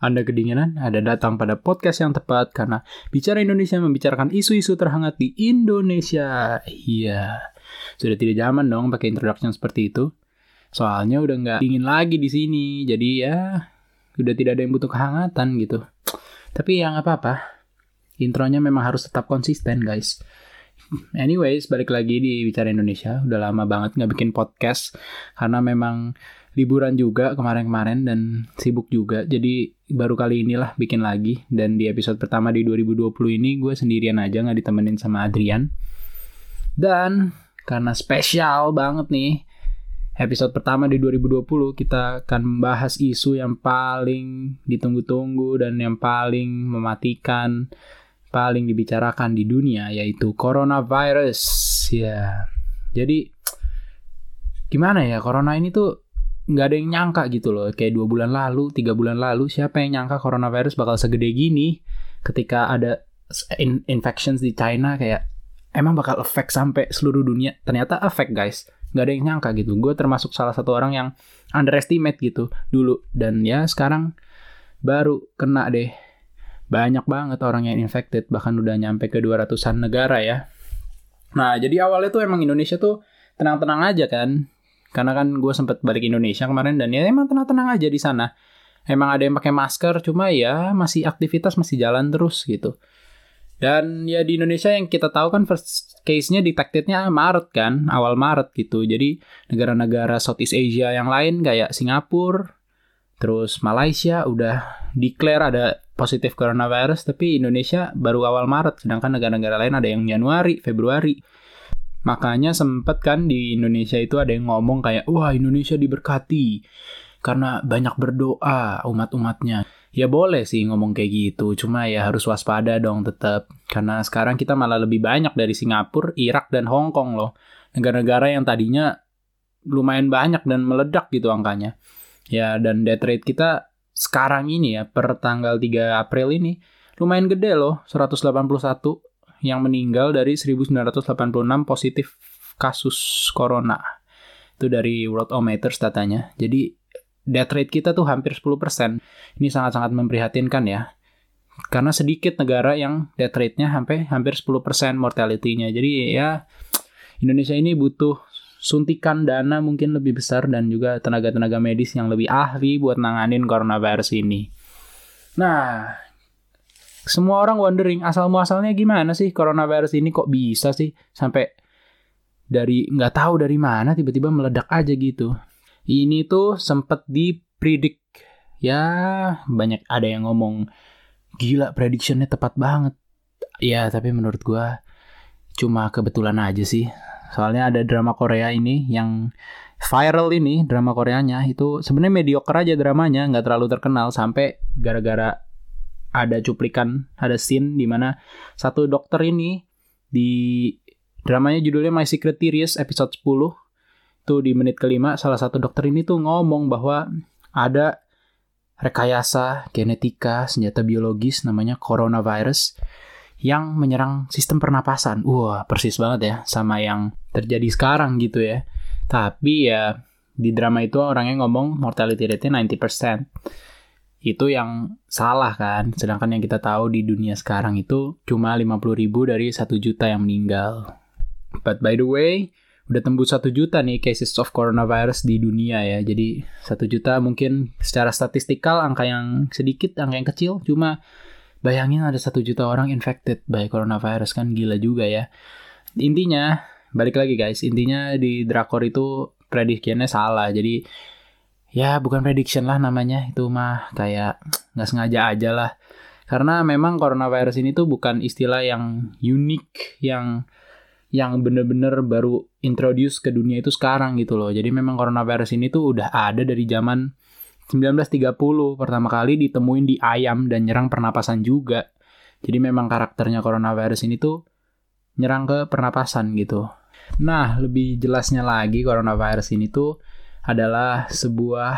Anda kedinginan? Ada datang pada podcast yang tepat karena Bicara Indonesia membicarakan isu-isu terhangat di Indonesia. Iya, sudah tidak zaman dong pakai introduction seperti itu. Soalnya udah nggak dingin lagi di sini, jadi ya udah tidak ada yang butuh kehangatan gitu. Tapi ya nggak apa-apa, intronya memang harus tetap konsisten guys. Anyways, balik lagi di Bicara Indonesia. Udah lama banget nggak bikin podcast karena memang liburan juga kemarin-kemarin dan sibuk juga. Jadi baru kali inilah bikin lagi. Dan di episode pertama di 2020 ini gue sendirian aja, gak ditemenin sama Adrian. Dan karena spesial banget nih, episode pertama di 2020 kita akan membahas isu yang paling ditunggu-tunggu dan yang paling mematikan, paling dibicarakan di dunia, yaitu coronavirus. Ya, jadi gimana ya, corona ini tuh nggak ada yang nyangka gitu loh. Kayak 2 bulan lalu, 3 bulan lalu, siapa yang nyangka coronavirus bakal segede gini. Ketika ada infections di China, kayak emang bakal efek sampai seluruh dunia. Ternyata efek guys, nggak ada yang nyangka gitu. Gue termasuk salah satu orang yang underestimate gitu dulu. Dan ya sekarang baru kena deh. Banyak banget orang yang infected, bahkan udah nyampe ke 200-an negara ya. Nah jadi awalnya tuh emang Indonesia tuh tenang-tenang aja kan. Karena kan gue sempet balik Indonesia kemarin dan ya emang tenang-tenang aja di sana. Emang ada yang pakai masker, cuma ya masih aktivitas masih jalan terus gitu. Dan ya di Indonesia yang kita tahu kan first case-nya detected-nya Maret kan, awal Maret gitu. Jadi negara-negara Southeast Asia yang lain kayak Singapura, terus Malaysia udah declare ada positif coronavirus, tapi Indonesia baru awal Maret, sedangkan negara-negara lain ada yang Januari, Februari. Makanya sempet kan di Indonesia itu ada yang ngomong kayak, wah Indonesia diberkati karena banyak berdoa umat-umatnya. Ya boleh sih ngomong kayak gitu, cuma ya harus waspada dong tetap. Karena sekarang kita malah lebih banyak dari Singapura, Irak, dan Hong Kong loh. Negara-negara yang tadinya lumayan banyak dan meledak gitu angkanya. Ya dan death rate kita sekarang ini ya, per tanggal 3 April ini, lumayan gede loh, 181 yang meninggal dari 1986 positif kasus corona. Itu dari Worldometers datanya. Jadi death rate kita tuh hampir 10%. Ini sangat-sangat memprihatinkan ya. Karena sedikit negara yang death rate-nya hampir 10% mortality-nya. Jadi ya Indonesia ini butuh suntikan dana mungkin lebih besar dan juga tenaga-tenaga medis yang lebih ahli buat nanganin coronavirus ini. Nah, semua orang wondering asal-muasalnya gimana sih coronavirus ini, kok bisa sih sampai dari nggak tahu dari mana tiba-tiba meledak aja gitu. Ini tuh sempet dipredik. Ya banyak ada yang ngomong gila prediction-nya tepat banget. Ya tapi menurut gua cuma kebetulan aja sih. Soalnya ada drama Korea ini yang viral ini, drama Koreanya itu sebenarnya mediocre aja dramanya, nggak terlalu terkenal sampai gara-gara ada cuplikan, ada scene di mana satu dokter ini di dramanya judulnya My Secretariat episode 10. Tuh di menit kelima salah satu dokter ini tuh ngomong bahwa ada rekayasa genetika senjata biologis namanya coronavirus yang menyerang sistem pernapasan. Wah, persis banget ya sama yang terjadi sekarang gitu ya. Tapi ya di drama itu orangnya ngomong mortality rate-nya 90%. Itu yang salah kan. Sedangkan yang kita tahu di dunia sekarang itu cuma 50.000 dari 1 juta yang meninggal. But by the way, udah tembus 1 juta nih cases of coronavirus di dunia ya. Jadi 1 juta mungkin secara statistikal angka yang sedikit, angka yang kecil. Cuma bayangin ada 1 juta orang infected by coronavirus, kan gila juga ya. Intinya, balik lagi guys, intinya di drakor itu prediksinya salah. Jadi ya bukan prediction lah namanya, itu mah kayak nggak sengaja aja lah. Karena memang coronavirus ini tuh bukan istilah yang unik, yang bener-bener baru introduce ke dunia itu sekarang gitu loh. Jadi memang coronavirus ini tuh udah ada dari zaman 1930, pertama kali ditemuin di ayam dan nyerang pernapasan juga. Jadi memang karakternya coronavirus ini tuh nyerang ke pernapasan gitu. Nah, lebih jelasnya lagi coronavirus ini tuh adalah sebuah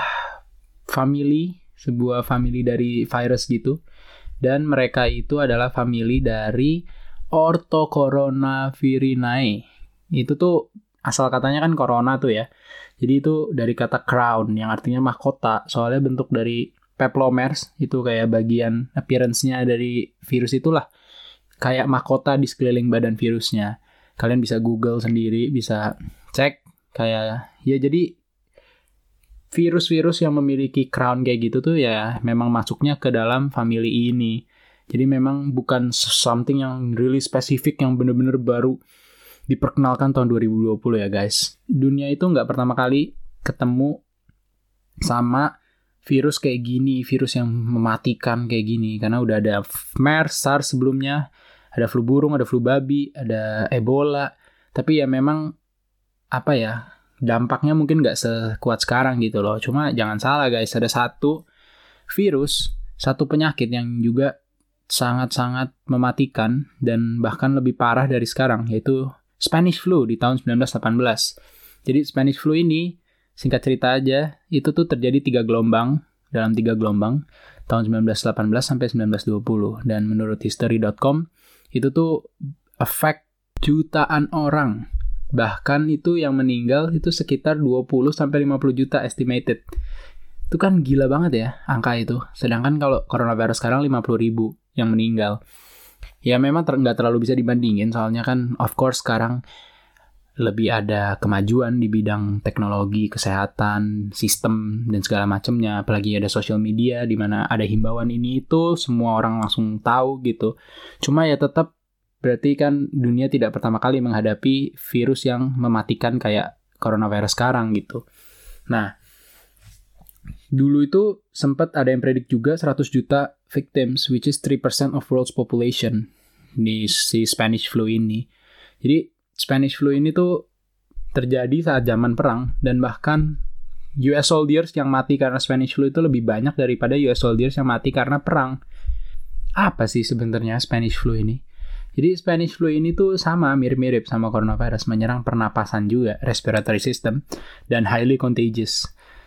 family dari virus gitu. Dan mereka itu adalah family dari Orthocoronavirinae. Itu tuh asal katanya kan corona tuh ya. Jadi itu dari kata crown yang artinya mahkota. Soalnya bentuk dari peplomers, itu kayak bagian appearance-nya dari virus itulah. Kayak mahkota di sekeliling badan virusnya. Kalian bisa Google sendiri, bisa cek kayak ya, jadi virus-virus yang memiliki crown kayak gitu tuh ya memang masuknya ke dalam family ini. Jadi memang bukan something yang really spesifik yang bener-bener baru diperkenalkan tahun 2020 ya guys. Dunia itu nggak pertama kali ketemu sama virus kayak gini, virus yang mematikan kayak gini. Karena udah ada MERS, SARS sebelumnya, ada flu burung, ada flu babi, ada Ebola. Tapi ya memang apa ya, dampaknya mungkin nggak sekuat sekarang gitu loh. Cuma jangan salah guys, ada satu virus, satu penyakit yang juga sangat-sangat mematikan dan bahkan lebih parah dari sekarang, yaitu Spanish flu di tahun 1918. Jadi Spanish flu ini, singkat cerita aja, itu tuh terjadi 3 gelombang, dalam 3 gelombang, tahun 1918 sampai 1920. Dan menurut history.com, itu tuh affect jutaan orang. Bahkan itu yang meninggal itu sekitar 20 sampai 50 juta estimated. Itu kan gila banget ya angka itu. Sedangkan kalau coronavirus sekarang 50 ribu yang meninggal. Ya memang nggak terlalu bisa dibandingin, soalnya kan of course sekarang lebih ada kemajuan di bidang teknologi, kesehatan, sistem, dan segala macamnya. Apalagi ada social media di mana ada himbauan ini itu, semua orang langsung tahu gitu. Cuma ya tetap berarti kan dunia tidak pertama kali menghadapi virus yang mematikan kayak coronavirus sekarang gitu. Nah, dulu itu sempat ada yang predik juga 100 juta victims, which is 3% of world's population di si Spanish flu ini. Jadi Spanish flu ini tuh terjadi saat zaman perang, dan bahkan US soldiers yang mati karena Spanish flu itu lebih banyak daripada US soldiers yang mati karena perang. Apa sih sebenarnya Spanish flu ini? Jadi Spanish flu ini tuh sama, mirip-mirip sama coronavirus, menyerang pernapasan juga, respiratory system, dan highly contagious.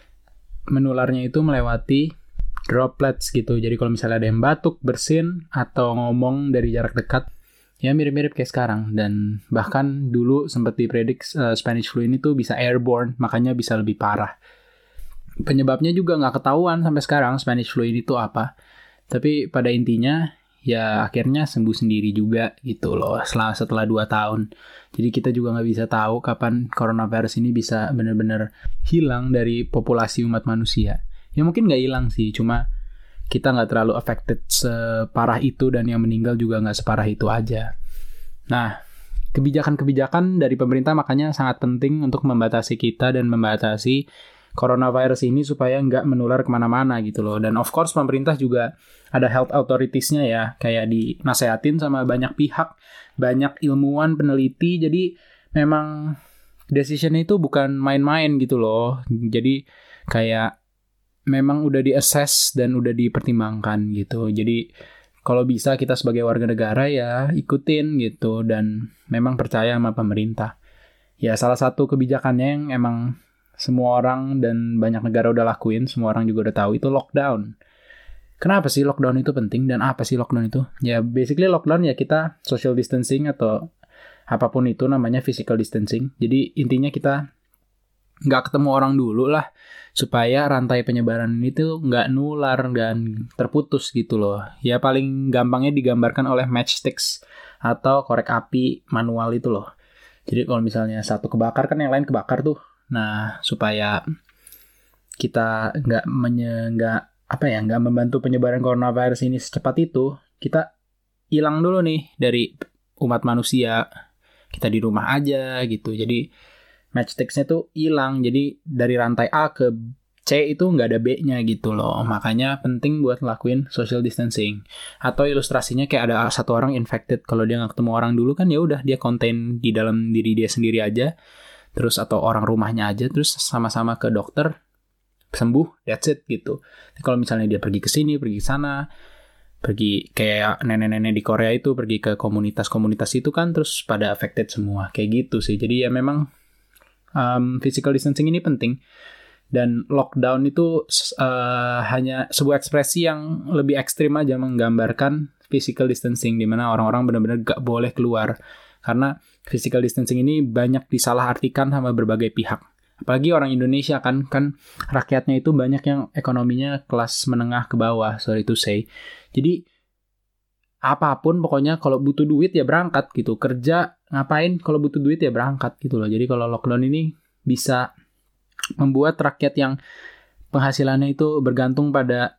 Menularnya itu melewati droplets gitu. Jadi kalau misalnya ada yang batuk, bersin, atau ngomong dari jarak dekat, ya mirip-mirip kayak sekarang. Dan bahkan dulu sempat dipredik Spanish flu ini tuh bisa airborne, makanya bisa lebih parah. Penyebabnya juga nggak ketahuan sampai sekarang Spanish flu ini tuh apa. Tapi pada intinya ya akhirnya sembuh sendiri juga gitu loh setelah 2 tahun. Jadi kita juga nggak bisa tahu kapan coronavirus ini bisa benar-benar hilang dari populasi umat manusia. Ya mungkin nggak hilang sih, cuma kita nggak terlalu affected separah itu, dan yang meninggal juga nggak separah itu aja. Nah, kebijakan-kebijakan dari pemerintah makanya sangat penting untuk membatasi kita dan membatasi coronavirus ini supaya nggak menular kemana-mana gitu loh. Dan of course pemerintah juga ada health authorities-nya ya, kayak dinasehatin sama banyak pihak, banyak ilmuwan, peneliti. Jadi memang decision itu bukan main-main gitu loh. Jadi kayak memang udah di-assess dan udah dipertimbangkan gitu. Jadi kalau bisa kita sebagai warga negara ya ikutin gitu, dan memang percaya sama pemerintah. Ya salah satu kebijakannya yang emang semua orang dan banyak negara udah lakuin, semua orang juga udah tahu, itu lockdown. Kenapa sih lockdown itu penting, dan apa sih lockdown itu? Ya basically lockdown ya kita social distancing atau apapun itu namanya physical distancing. Jadi intinya kita nggak ketemu orang dulu lah, supaya rantai penyebaran ini tuh nggak nular dan terputus gitu loh. Ya paling gampangnya digambarkan oleh matchsticks atau korek api manual itu loh. Jadi kalau misalnya satu kebakar kan yang lain kebakar tuh. Nah, supaya kita nggak membantu penyebaran coronavirus ini secepat itu, kita hilang dulu nih dari umat manusia. Kita di rumah aja gitu. Jadi matchsticksnya tuh hilang. Jadi dari rantai A ke C itu nggak ada B-nya gitu loh. Makanya penting buat ngelakuin social distancing. Atau ilustrasinya kayak ada satu orang infected, kalau dia nggak ketemu orang dulu kan ya udah dia contain di dalam diri dia sendiri aja. Terus atau orang rumahnya aja, terus sama-sama ke dokter, sembuh, that's it gitu. Kalau misalnya dia pergi ke sini, pergi ke sana, pergi kayak nenek-nenek di Korea itu pergi ke komunitas-komunitas itu kan, terus pada affected semua kayak gitu sih. Jadi ya memang physical distancing ini penting, dan lockdown itu hanya sebuah ekspresi yang lebih ekstrim aja menggambarkan physical distancing, di mana orang-orang benar-benar gak boleh keluar. Karena physical distancing ini banyak disalahartikan sama berbagai pihak. Apalagi orang Indonesia kan rakyatnya itu banyak yang ekonominya kelas menengah ke bawah, sorry to say. Jadi apapun pokoknya kalau butuh duit ya berangkat gitu. Kerja ngapain kalau butuh duit ya berangkat gitu loh. Jadi kalau lockdown ini bisa membuat rakyat yang penghasilannya itu bergantung pada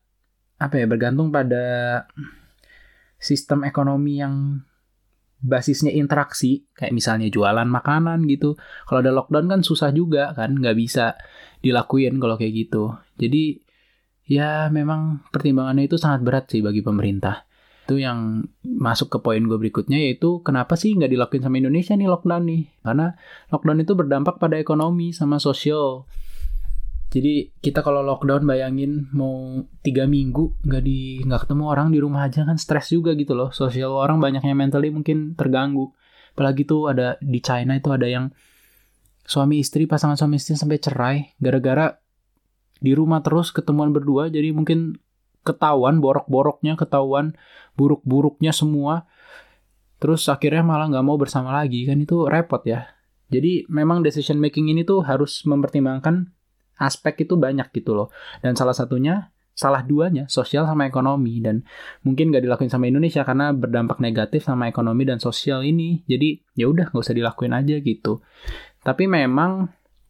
sistem ekonomi yang basisnya interaksi, kayak misalnya jualan makanan gitu. Kalau ada lockdown kan susah juga kan, nggak bisa dilakuin kalau kayak gitu. Jadi ya memang pertimbangannya itu sangat berat sih bagi pemerintah. Itu yang masuk ke poin gue berikutnya, yaitu kenapa sih nggak dilakuin sama Indonesia nih lockdown nih? Karena lockdown itu berdampak pada ekonomi sama sosial. Jadi kita kalau lockdown bayangin mau 3 minggu nggak ketemu orang di rumah aja kan stres juga gitu loh. Sosial orang banyak yang mentally mungkin terganggu. Apalagi tuh ada di China itu ada yang pasangan suami istri sampai cerai gara-gara di rumah terus ketemuan berdua. Jadi mungkin ketahuan borok-boroknya, ketahuan buruk-buruknya semua. Terus akhirnya malah nggak mau bersama lagi, kan itu repot ya. Jadi memang decision making ini tuh harus mempertimbangkan aspek itu banyak gitu loh. Dan salah duanya, sosial sama ekonomi. Dan mungkin nggak dilakuin sama Indonesia karena berdampak negatif sama ekonomi dan sosial ini. Jadi ya udah nggak usah dilakuin aja gitu. Tapi memang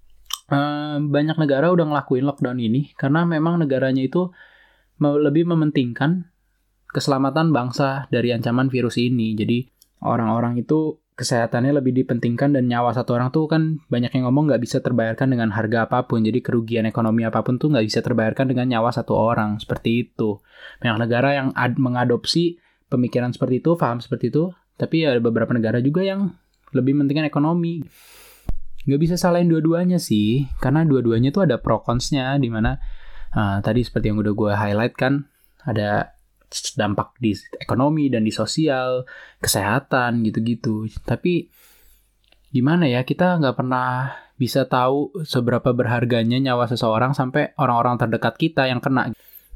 banyak negara udah ngelakuin lockdown ini karena memang negaranya itu lebih mementingkan keselamatan bangsa dari ancaman virus ini. Jadi orang-orang itu kesehatannya lebih dipentingkan, dan nyawa satu orang tuh kan banyak yang ngomong nggak bisa terbayarkan dengan harga apapun. Jadi kerugian ekonomi apapun tuh nggak bisa terbayarkan dengan nyawa satu orang. Seperti itu. Banyak negara yang mengadopsi pemikiran seperti itu, paham seperti itu. Tapi ada beberapa negara juga yang lebih mementingkan ekonomi. Nggak bisa salahin dua-duanya sih, karena dua-duanya tuh ada pro cons-nya, dimana tadi seperti yang udah gue highlight kan, ada dampak di ekonomi dan di sosial, kesehatan gitu-gitu. Tapi gimana ya, kita nggak pernah bisa tahu seberapa berharganya nyawa seseorang sampai orang-orang terdekat kita yang kena.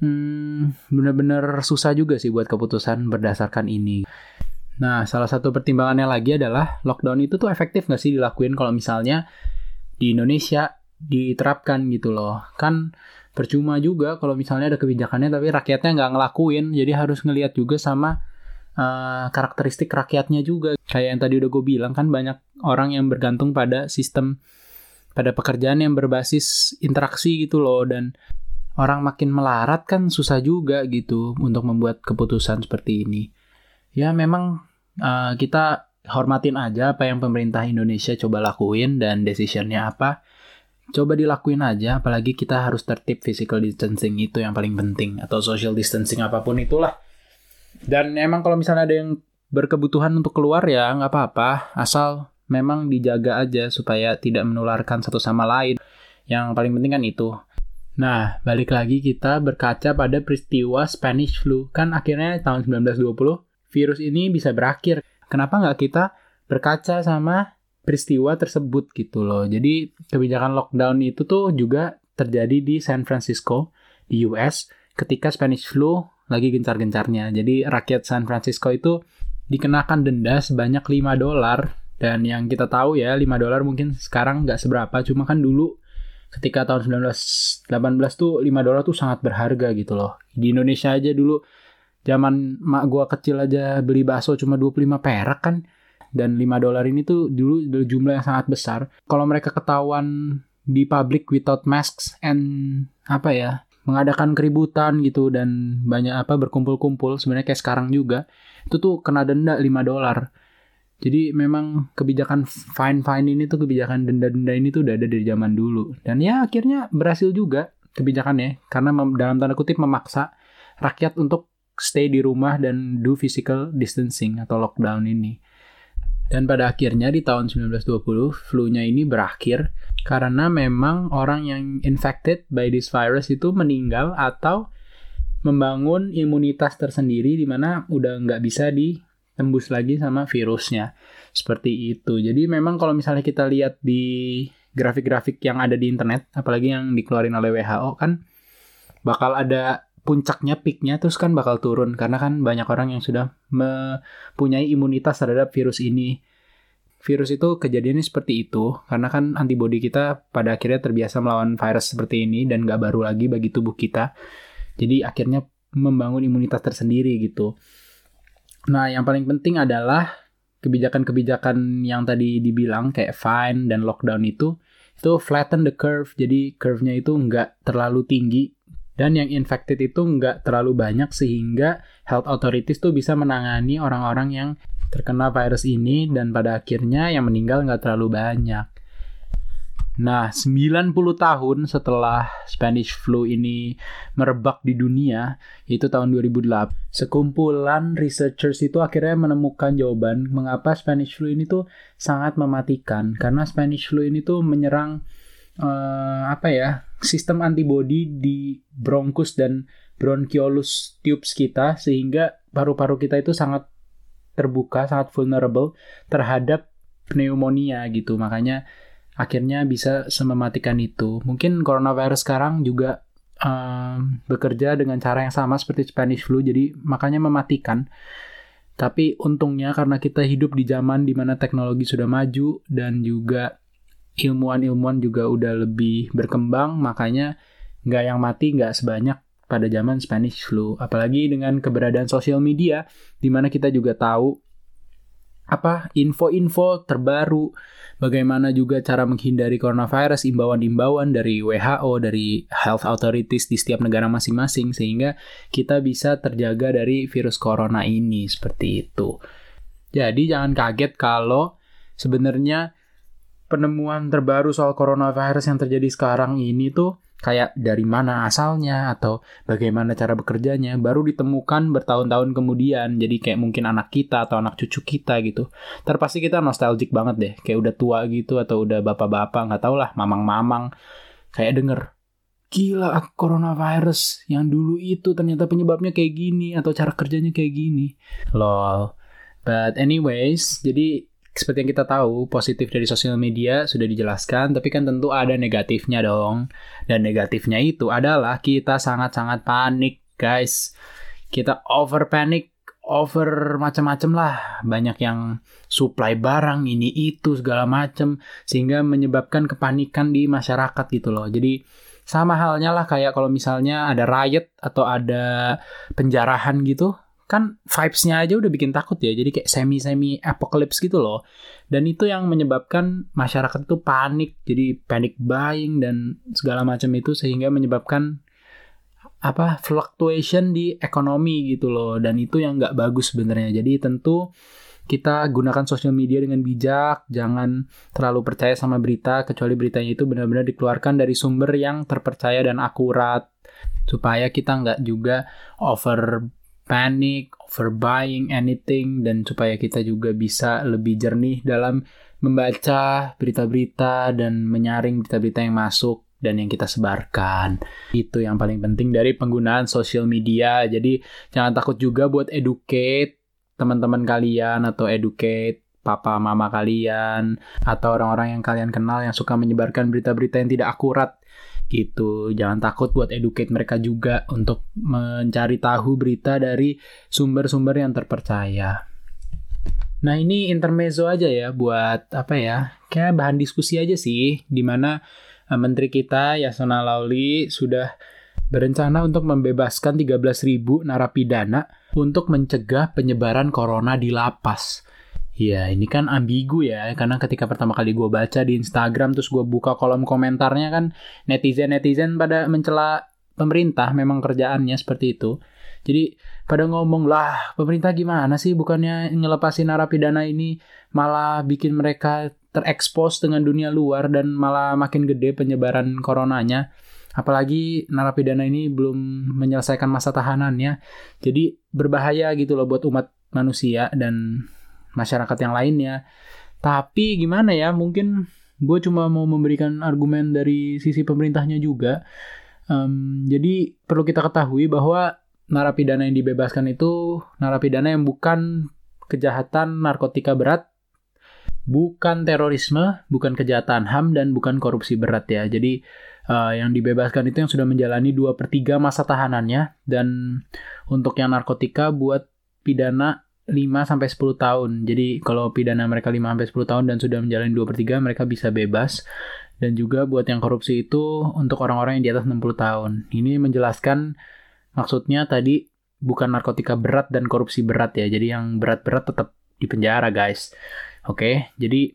Bener-bener susah juga sih buat keputusan berdasarkan ini. Nah, salah satu pertimbangannya lagi adalah lockdown itu tuh efektif nggak sih dilakuin kalau misalnya di Indonesia diterapkan gitu loh. Kan percuma juga kalau misalnya ada kebijakannya tapi rakyatnya nggak ngelakuin. Jadi harus ngelihat juga sama karakteristik rakyatnya juga. Kayak yang tadi udah gue bilang kan, banyak orang yang bergantung pada sistem, pada pekerjaan yang berbasis interaksi gitu loh. Dan orang makin melarat kan susah juga gitu untuk membuat keputusan seperti ini. Ya memang kita hormatin aja apa yang pemerintah Indonesia coba lakuin dan decisionnya apa. Coba dilakuin aja, apalagi kita harus tertib physical distancing itu yang paling penting, atau social distancing apapun itulah. Dan emang kalau misalnya ada yang berkebutuhan untuk keluar ya nggak apa-apa, asal memang dijaga aja supaya tidak menularkan satu sama lain. Yang paling penting kan itu. Nah, balik lagi kita berkaca pada peristiwa Spanish flu. Kan akhirnya tahun 1920 virus ini bisa berakhir. Kenapa nggak kita berkaca sama peristiwa tersebut gitu loh. Jadi kebijakan lockdown itu tuh juga terjadi di San Francisco, di US, ketika Spanish flu lagi gencar-gencarnya. Jadi rakyat San Francisco itu dikenakan denda sebanyak $5. Dan yang kita tahu ya, $5 mungkin sekarang nggak seberapa. Cuma kan dulu ketika tahun 1918 tuh $5 tuh sangat berharga gitu loh. Di Indonesia aja dulu, zaman mak gua kecil aja beli bakso cuma 25 perak kan. Dan $5 ini tuh dulu jumlah yang sangat besar. Kalau mereka ketahuan di public without masks and mengadakan keributan gitu dan banyak berkumpul-kumpul, sebenarnya kayak sekarang juga, itu tuh kena denda $5. Jadi memang kebijakan fine ini tuh, kebijakan denda-denda ini tuh udah ada dari zaman dulu. Dan ya akhirnya berhasil juga kebijakannya, karena dalam tanda kutip memaksa rakyat untuk stay di rumah dan do physical distancing atau lockdown ini. Dan pada akhirnya di tahun 1920, flu-nya ini berakhir karena memang orang yang infected by this virus itu meninggal atau membangun imunitas tersendiri di mana udah nggak bisa ditembus lagi sama virusnya. Seperti itu. Jadi memang kalau misalnya kita lihat di grafik-grafik yang ada di internet, apalagi yang dikeluarin oleh WHO kan, bakal ada puncaknya, peaknya, terus kan bakal turun karena kan banyak orang yang sudah mempunyai imunitas terhadap virus ini. virus itu kejadiannya seperti itu, karena kan antibodi kita pada akhirnya terbiasa melawan virus seperti ini dan nggak baru lagi bagi tubuh kita. Jadi akhirnya membangun imunitas tersendiri gitu. Nah, yang paling penting adalah kebijakan-kebijakan yang tadi dibilang kayak fine dan lockdown itu flatten the curve. Jadi curve-nya itu nggak terlalu tinggi dan yang infected itu nggak terlalu banyak sehingga health authorities tuh bisa menangani orang-orang yang terkena virus ini dan pada akhirnya yang meninggal nggak terlalu banyak. Nah, 90 tahun setelah Spanish flu ini merebak di dunia, yaitu tahun 2008, sekumpulan researchers itu akhirnya menemukan jawaban mengapa Spanish flu ini tuh sangat mematikan. Karena Spanish flu ini tuh menyerang sistem antibodi di bronchus dan bronchiolus tubes kita, sehingga paru-paru kita itu sangat terbuka, sangat vulnerable terhadap pneumonia gitu. Makanya akhirnya bisa semematikan itu. Mungkin coronavirus sekarang juga bekerja dengan cara yang sama seperti Spanish flu, jadi makanya mematikan. Tapi untungnya karena kita hidup di zaman di mana teknologi sudah maju dan juga ilmuwan-ilmuwan juga udah lebih berkembang, makanya nggak yang mati nggak sebanyak pada zaman Spanish flu. Apalagi dengan keberadaan sosial media, di mana kita juga tahu info-info terbaru, bagaimana juga cara menghindari coronavirus, imbauan-imbauan dari WHO, dari health authorities di setiap negara masing-masing, sehingga kita bisa terjaga dari virus corona ini, seperti itu. Jadi jangan kaget kalau sebenarnya penemuan terbaru soal coronavirus yang terjadi sekarang ini tuh kayak dari mana asalnya atau bagaimana cara bekerjanya baru ditemukan bertahun-tahun kemudian. Jadi kayak mungkin anak kita atau anak cucu kita gitu. Ntar pasti kita nostalgic banget deh. Kayak udah tua gitu atau udah bapak-bapak, nggak tau lah, mamang-mamang. Kayak denger, gila coronavirus yang dulu itu ternyata penyebabnya kayak gini atau cara kerjanya kayak gini. Lol. But anyways, jadi seperti yang kita tahu, positif dari sosial media sudah dijelaskan, tapi kan tentu ada negatifnya dong. Dan negatifnya itu adalah kita sangat-sangat panik, guys. Kita over panic, over macam-macam lah. Banyak yang supply barang, ini itu, segala macam. Sehingga menyebabkan kepanikan di masyarakat gitu loh. Jadi sama halnya lah kayak kalau misalnya ada riot atau ada penjarahan gitu. Kan vibes-nya aja udah bikin takut ya. Jadi kayak semi-semi apocalypse gitu loh. Dan itu yang menyebabkan masyarakat itu panik. Jadi panic buying dan segala macam itu sehingga menyebabkan fluctuation di ekonomi gitu loh. Dan itu yang nggak bagus sebenarnya. Jadi tentu kita gunakan sosial media dengan bijak. Jangan terlalu percaya sama berita. Kecuali beritanya itu benar-benar dikeluarkan dari sumber yang terpercaya dan akurat. Supaya kita nggak juga over panic, overbuying anything, dan supaya kita juga bisa lebih jernih dalam membaca berita-berita dan menyaring berita-berita yang masuk dan yang kita sebarkan. Itu yang paling penting dari penggunaan sosial media. Jadi jangan takut juga buat educate teman-teman kalian atau educate papa mama kalian atau orang-orang yang kalian kenal yang suka menyebarkan berita-berita yang tidak akurat. Gitu. Jangan takut buat educate mereka juga untuk mencari tahu berita dari sumber-sumber yang terpercaya. Nah, ini intermezzo aja ya buat kayak bahan diskusi aja sih, di mana Menteri kita Yasona Lawli sudah berencana untuk membebaskan 13.000 narapidana untuk mencegah penyebaran corona di lapas. Ya, ini kan ambigu ya, karena ketika pertama kali gue baca di Instagram, terus gue buka kolom komentarnya kan, netizen-netizen pada mencela pemerintah, memang kerjaannya seperti itu. Jadi, pada ngomong, lah, pemerintah gimana sih, bukannya ngelepasin narapidana ini, malah bikin mereka terekspos dengan dunia luar, dan malah makin gede penyebaran coronanya. Apalagi narapidana ini belum menyelesaikan masa tahanannya. Jadi, berbahaya gitu loh buat umat manusia, dan masyarakat yang lainnya. Tapi gimana ya, mungkin gue cuma mau memberikan argumen dari sisi pemerintahnya juga. Jadi perlu kita ketahui bahwa narapidana yang dibebaskan itu narapidana yang bukan kejahatan narkotika berat, bukan terorisme, bukan kejahatan HAM, dan bukan korupsi berat ya. Jadi yang dibebaskan itu yang sudah menjalani 2/3 masa tahanannya, dan untuk yang narkotika buat pidana 5-10 tahun. Jadi kalau pidana mereka 5-10 tahun dan sudah menjalani 2/3, mereka bisa bebas. Dan juga buat yang korupsi itu untuk orang-orang yang di atas 60 tahun. Ini menjelaskan maksudnya tadi bukan narkotika berat dan korupsi berat ya. Jadi yang berat-berat tetap di penjara, guys. Oke, jadi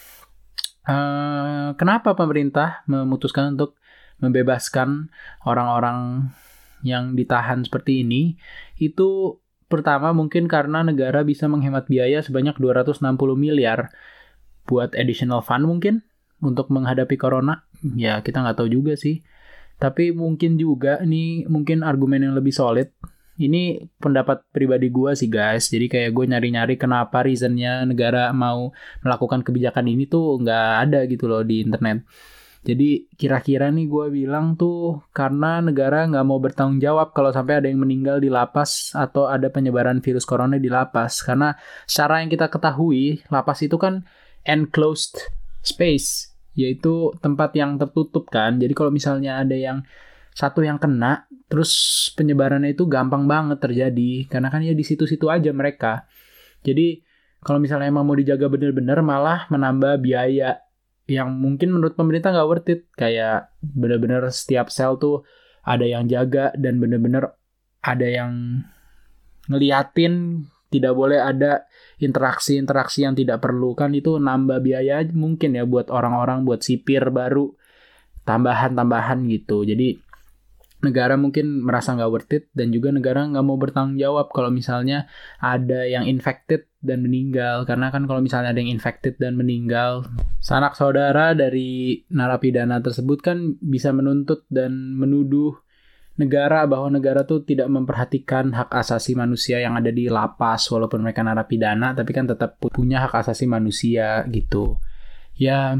kenapa pemerintah memutuskan untuk membebaskan orang-orang yang ditahan seperti ini? Itu pertama mungkin karena negara bisa menghemat biaya sebanyak 260 miliar buat additional fund mungkin untuk menghadapi corona. Ya kita nggak tahu juga sih. Tapi mungkin juga nih mungkin argumen yang lebih solid. Ini pendapat pribadi gue sih guys. Jadi kayak gue nyari-nyari kenapa reasonnya negara mau melakukan kebijakan ini tuh nggak ada gitu loh di internet. Jadi kira-kira nih gue bilang tuh karena negara nggak mau bertanggung jawab kalau sampai ada yang meninggal di lapas atau ada penyebaran virus corona di lapas. Karena secara yang kita ketahui, lapas itu kan enclosed space, yaitu tempat yang tertutup kan. Jadi kalau misalnya ada yang satu yang kena, terus penyebarannya itu gampang banget terjadi. Karena kan ya di situ-situ aja mereka. Jadi kalau misalnya emang mau dijaga bener-bener malah menambah biaya yang mungkin menurut pemerintah nggak worth it. Kayak bener-bener setiap sel tuh ada yang jaga dan bener-bener ada yang ngeliatin, tidak boleh ada interaksi-interaksi yang tidak perlu. Kan itu nambah biaya mungkin ya buat orang-orang, buat sipir baru, tambahan-tambahan gitu. Jadi negara mungkin merasa nggak worth it dan juga negara nggak mau bertanggung jawab kalau misalnya ada yang infected dan meninggal. Karena kan kalau misalnya ada yang infected dan meninggal, sanak saudara dari narapidana tersebut kan bisa menuntut dan menuduh negara bahwa negara tuh tidak memperhatikan hak asasi manusia yang ada di lapas. Walaupun mereka narapidana tapi kan tetap punya hak asasi manusia gitu. Ya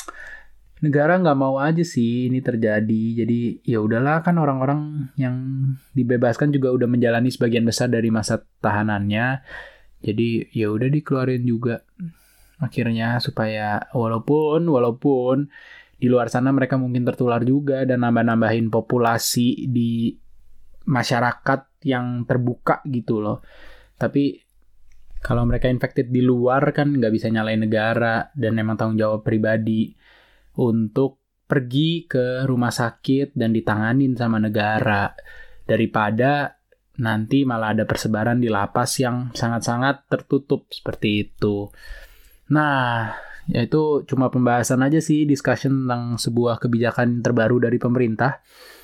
negara nggak mau aja sih ini terjadi. Jadi ya udahlah, kan orang-orang yang dibebaskan juga udah menjalani sebagian besar dari masa tahanannya. Jadi ya udah dikeluarin juga akhirnya supaya walaupun di luar sana mereka mungkin tertular juga dan nambah-nambahin populasi di masyarakat yang terbuka gitu loh. Tapi kalau mereka infected di luar kan nggak bisa nyalain negara dan emang tanggung jawab pribadi untuk pergi ke rumah sakit dan ditanganin sama negara daripada nanti malah ada persebaran di lapas yang sangat-sangat tertutup seperti itu. Nah, ya itu cuma pembahasan aja sih, discussion tentang sebuah kebijakan terbaru dari pemerintah.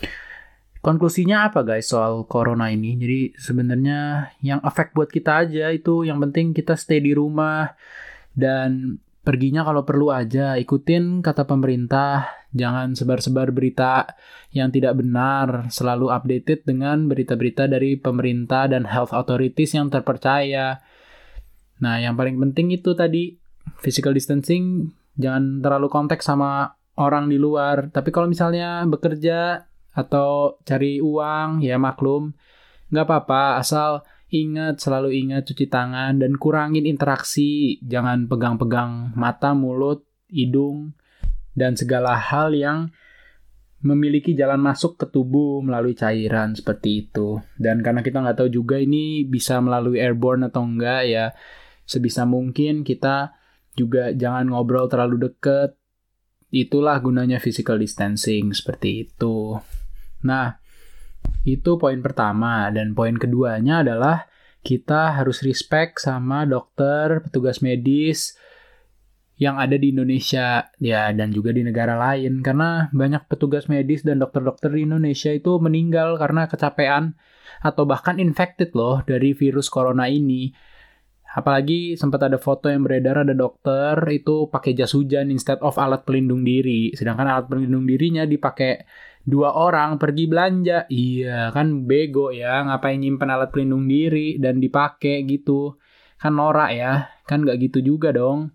Konklusinya apa guys soal corona ini? Jadi sebenarnya yang efek buat kita aja itu yang penting kita stay di rumah dan perginya kalau perlu aja, ikutin kata pemerintah, jangan sebar-sebar berita yang tidak benar, selalu updated dengan berita-berita dari pemerintah dan health authorities yang terpercaya. Nah, yang paling penting itu tadi, physical distancing, jangan terlalu kontak sama orang di luar. Tapi kalau misalnya bekerja atau cari uang, ya maklum, nggak apa-apa, asal selalu ingat cuci tangan dan kurangin interaksi. Jangan pegang-pegang mata, mulut, hidung, dan segala hal yang memiliki jalan masuk ke tubuh melalui cairan seperti itu. Dan karena kita nggak tahu juga ini bisa melalui airborne atau enggak ya, sebisa mungkin kita juga jangan ngobrol terlalu deket. Itulah gunanya physical distancing seperti itu. Nah, itu poin pertama. Dan poin keduanya adalah kita harus respect sama dokter, petugas medis yang ada di Indonesia ya, dan juga di negara lain. Karena banyak petugas medis dan dokter-dokter di Indonesia itu meninggal karena kecapean atau bahkan infected loh dari virus corona ini. Apalagi sempat ada foto yang beredar, ada dokter itu pakai jas hujan instead of alat pelindung diri. Sedangkan alat pelindung dirinya dipakai 2 orang pergi belanja. Iya, kan bego ya, ngapain nyimpen alat pelindung diri dan dipakai gitu. Kan norak ya, kan nggak gitu juga dong.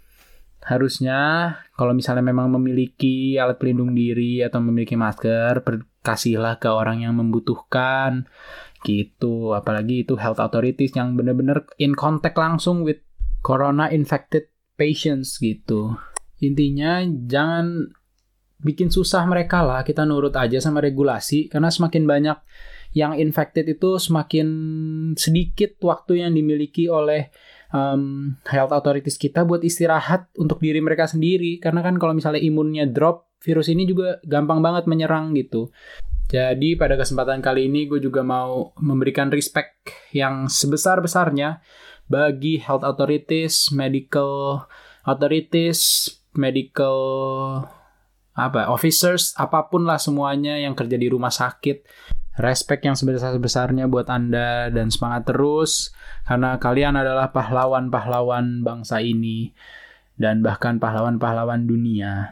Harusnya kalau misalnya memang memiliki alat pelindung diri atau memiliki masker, kasihlah ke orang yang membutuhkan gitu. Apalagi itu health authorities yang benar-benar in contact langsung with corona infected patients gitu. Intinya jangan bikin susah mereka lah, kita nurut aja sama regulasi, karena semakin banyak yang infected itu semakin sedikit waktu yang dimiliki oleh health authorities kita buat istirahat untuk diri mereka sendiri. Karena kan kalau misalnya imunnya drop, virus ini juga gampang banget menyerang gitu. Jadi pada kesempatan kali ini gue juga mau memberikan respect yang sebesar-besarnya bagi health authorities, medical officers, apapun lah semuanya yang kerja di rumah sakit. Respect yang sebesar-besarnya buat Anda dan semangat terus karena kalian adalah pahlawan-pahlawan bangsa ini dan bahkan pahlawan-pahlawan dunia.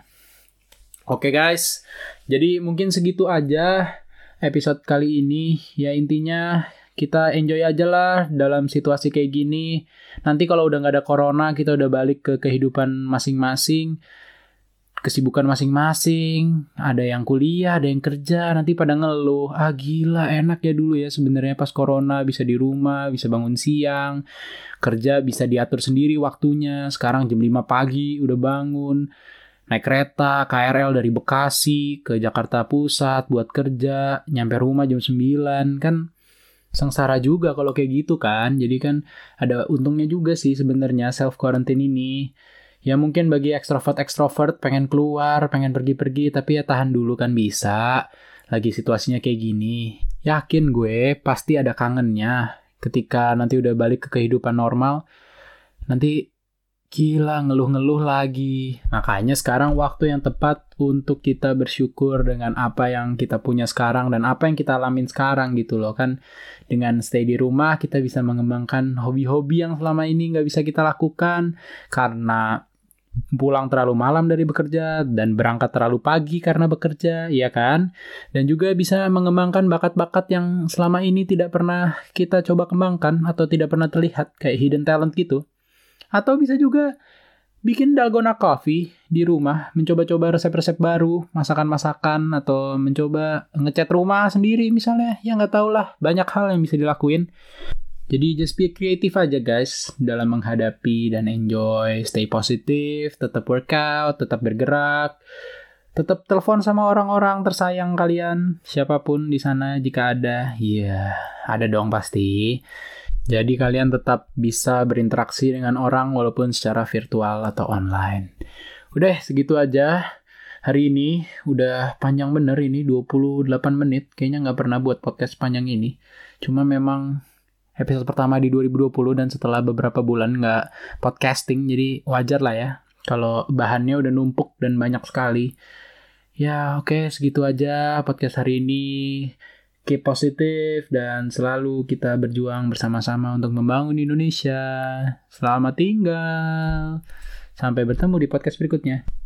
Oke guys, jadi mungkin segitu aja episode kali ini. Ya intinya kita enjoy aja lah dalam situasi kayak gini. Nanti kalau udah gak ada corona, kita udah balik ke kehidupan masing-masing. Kesibukan masing-masing. Ada yang kuliah, ada yang kerja. Nanti pada ngeluh, gila enak ya dulu ya sebenarnya pas corona. Bisa di rumah, bisa bangun siang. Kerja bisa diatur sendiri waktunya. Sekarang jam 5 pagi udah bangun. Naik kereta, KRL dari Bekasi ke Jakarta Pusat buat kerja, nyampe rumah jam 9, kan sengsara juga kalau kayak gitu kan. Jadi kan ada untungnya juga sih sebenarnya self-quarantine ini. Ya mungkin bagi ekstrovert pengen keluar, pengen pergi-pergi, tapi ya tahan dulu kan bisa. Lagi situasinya kayak gini. Yakin gue pasti ada kangennya ketika nanti udah balik ke kehidupan normal. Nanti gila, ngeluh-ngeluh lagi. Makanya sekarang waktu yang tepat untuk kita bersyukur dengan apa yang kita punya sekarang dan apa yang kita alamin sekarang gitu loh kan. Dengan stay di rumah kita bisa mengembangkan hobi-hobi yang selama ini nggak bisa kita lakukan karena pulang terlalu malam dari bekerja dan berangkat terlalu pagi karena bekerja, ya kan? Dan juga bisa mengembangkan bakat-bakat yang selama ini tidak pernah kita coba kembangkan atau tidak pernah terlihat kayak hidden talent gitu. Atau bisa juga bikin dalgona coffee di rumah, mencoba-coba resep-resep baru, masakan-masakan, atau mencoba ngecat rumah sendiri misalnya. Ya nggak tau lah, banyak hal yang bisa dilakuin. Jadi just be creative aja guys dalam menghadapi dan enjoy. Stay positif, tetap workout, tetap bergerak, tetap telepon sama orang-orang tersayang kalian, siapapun di sana jika ada. Iya, ada dong pasti. Jadi kalian tetap bisa berinteraksi dengan orang walaupun secara virtual atau online. Udah segitu aja. Hari ini udah panjang bener ini, 28 menit. Kayaknya nggak pernah buat podcast panjang ini. Cuma memang episode pertama di 2020 dan setelah beberapa bulan nggak podcasting. Jadi wajar lah ya kalau bahannya udah numpuk dan banyak sekali. Ya oke, segitu aja podcast hari ini. Keep positif dan selalu kita berjuang bersama-sama untuk membangun Indonesia. Selamat tinggal. Sampai bertemu di podcast berikutnya.